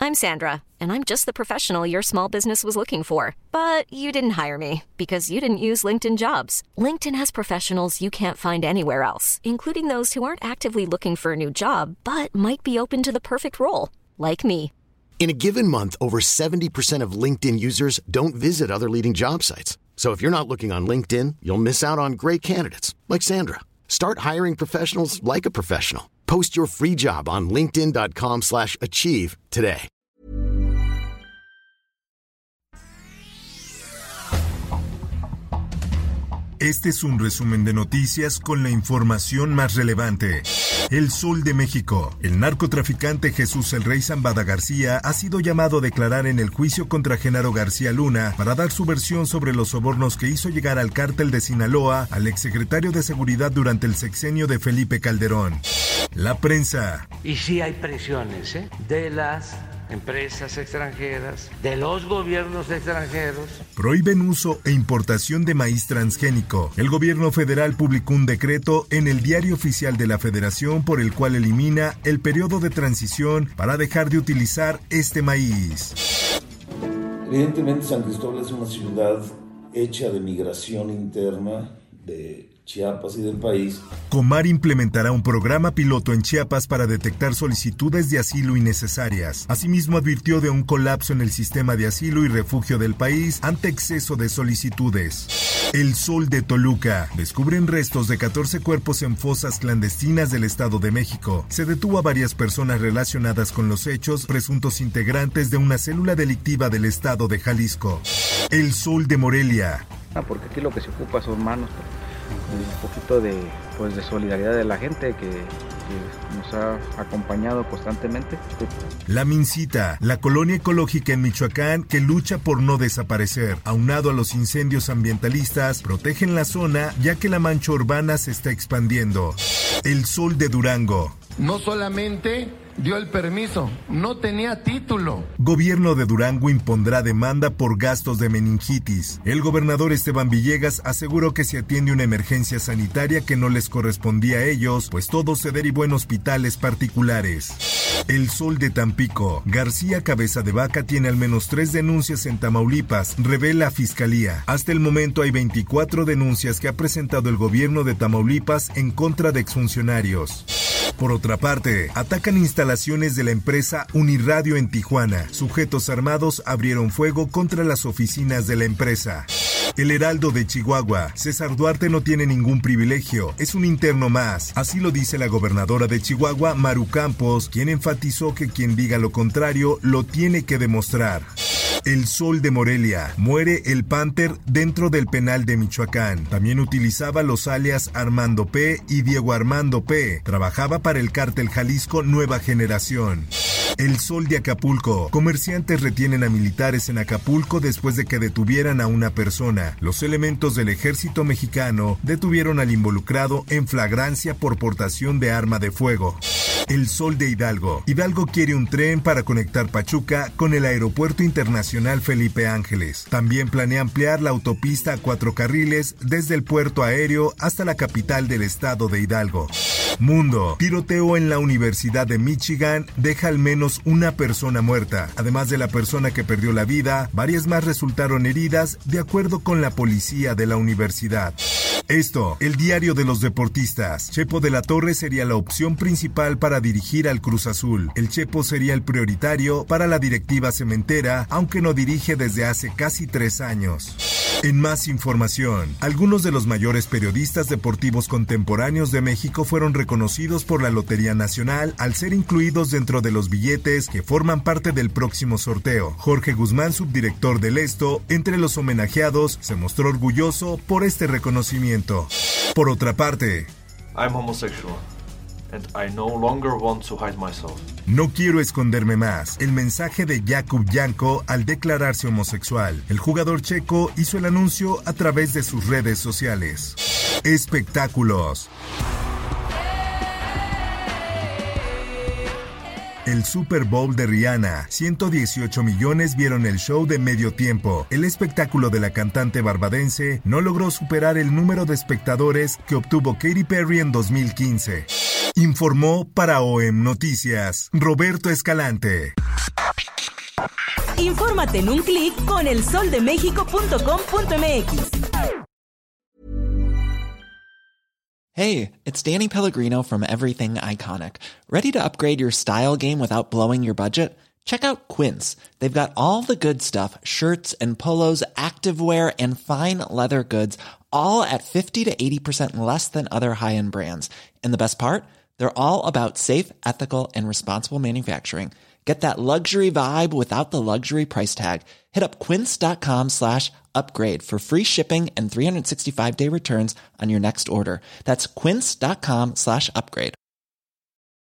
I'm Sandra, and I'm just the professional your small business was looking for. But you didn't hire me because you didn't use LinkedIn Jobs. LinkedIn has professionals you can't find anywhere else, including those who aren't actively looking for a new job, but might be open to the perfect role, like me. In a given month, over 70% of LinkedIn users don't visit other leading job sites. So if you're not looking on LinkedIn, you'll miss out on great candidates like Sandra. Start hiring professionals like a professional. Post your free job on linkedin.com/achieve today. Este es un resumen de noticias con la información más relevante. El Sol de México. El narcotraficante Jesús el Rey Zambada García ha sido llamado a declarar en el juicio contra Genaro García Luna para dar su versión sobre los sobornos que hizo llegar al cártel de Sinaloa al exsecretario de Seguridad durante el sexenio de Felipe Calderón. La prensa. Y sí hay presiones, de las empresas extranjeras, de los gobiernos extranjeros. Prohíben uso e importación de maíz transgénico. El gobierno federal publicó un decreto en el Diario Oficial de la Federación por el cual elimina el periodo de transición para dejar de utilizar este maíz. Evidentemente San Cristóbal es una ciudad hecha de migración interna de Chiapas y del país. Comar implementará un programa piloto en Chiapas para detectar solicitudes de asilo innecesarias. Asimismo, advirtió de un colapso en el sistema de asilo y refugio del país ante exceso de solicitudes. El Sol de Toluca. Descubren restos de 14 cuerpos en fosas clandestinas del Estado de México. Se detuvo a varias personas relacionadas con los hechos, presuntos integrantes de una célula delictiva del Estado de Jalisco. El Sol de Morelia. Porque aquí lo que se ocupa son manos, un poquito de solidaridad de la gente que nos ha acompañado constantemente. La Mincita, la colonia ecológica en Michoacán que lucha por no desaparecer. Aunado a los incendios ambientalistas, protegen la zona ya que la mancha urbana se está expandiendo. El Sol de Durango. No solamente dio el permiso, no tenía título. Gobierno de Durango impondrá demanda por gastos de meningitis. El gobernador Esteban Villegas aseguró que se atiende una emergencia sanitaria que no les correspondía a ellos, pues todo se derivó en hospitales particulares. El Sol de Tampico. García Cabeza de Vaca tiene al menos 3 denuncias en Tamaulipas, revela Fiscalía. Hasta el momento hay 24 denuncias que ha presentado el gobierno de Tamaulipas en contra de exfuncionarios. Por otra parte, atacan instalaciones de la empresa Uniradio en Tijuana. Sujetos armados abrieron fuego contra las oficinas de la empresa. El Heraldo de Chihuahua. César Duarte no tiene ningún privilegio, es un interno más. Así lo dice la gobernadora de Chihuahua, Maru Campos, quien enfatizó que quien diga lo contrario lo tiene que demostrar. El Sol de Morelia. Muere el Panther dentro del penal de Michoacán. También utilizaba los alias Armando P. y Diego Armando P. Trabajaba para el cártel Jalisco Nueva Generación. El Sol de Acapulco. Comerciantes retienen a militares en Acapulco después de que detuvieran a una persona. Los elementos del ejército mexicano detuvieron al involucrado en flagrancia por portación de arma de fuego. El Sol de Hidalgo. Hidalgo quiere un tren para conectar Pachuca con el Aeropuerto Internacional Felipe Ángeles. También planea ampliar la autopista a 4 carriles desde el puerto aéreo hasta la capital del estado de Hidalgo. Mundo. Tiroteo en la Universidad de Michigan deja al menos una persona muerta. Además de la persona que perdió la vida, varias más resultaron heridas, de acuerdo con la policía de la universidad. Esto, el diario de los deportistas. Chepo de la Torre sería la opción principal para dirigir al Cruz Azul. El Chepo sería el prioritario para la directiva cementera, aunque no dirige desde hace casi 3 años. En más información, algunos de los mayores periodistas deportivos contemporáneos de México fueron reconocidos por la Lotería Nacional al ser incluidos dentro de los billetes que forman parte del próximo sorteo. Jorge Guzmán, subdirector del Esto, entre los homenajeados, se mostró orgulloso por este reconocimiento. Por otra parte, I'm homosexual. And I no longer want to hide myself. No quiero esconderme más. El mensaje de Jakub Janko al declararse homosexual. El jugador checo hizo el anuncio a través de sus redes sociales. Espectáculos. El Super Bowl de Rihanna. 118 millones vieron el show de medio tiempo. El espectáculo de la cantante barbadense no logró superar el número de espectadores que obtuvo Katy Perry en 2015. Informó para OEM Noticias Roberto Escalante. Infórmate en un clic con elsoldemexico.com.mx. Hey, it's Danny Pellegrino from Everything Iconic. Ready to upgrade your style game without blowing your budget? Check out Quince. They've got all the good stuff, shirts and polos, activewear, and fine leather goods, all at 50 to 80% less than other high-end brands. And the best part? They're all about safe, ethical, and responsible manufacturing. Get that luxury vibe without the luxury price tag. Hit up quince.com/upgrade for free shipping and 365-day returns on your next order. That's quince.com/upgrade.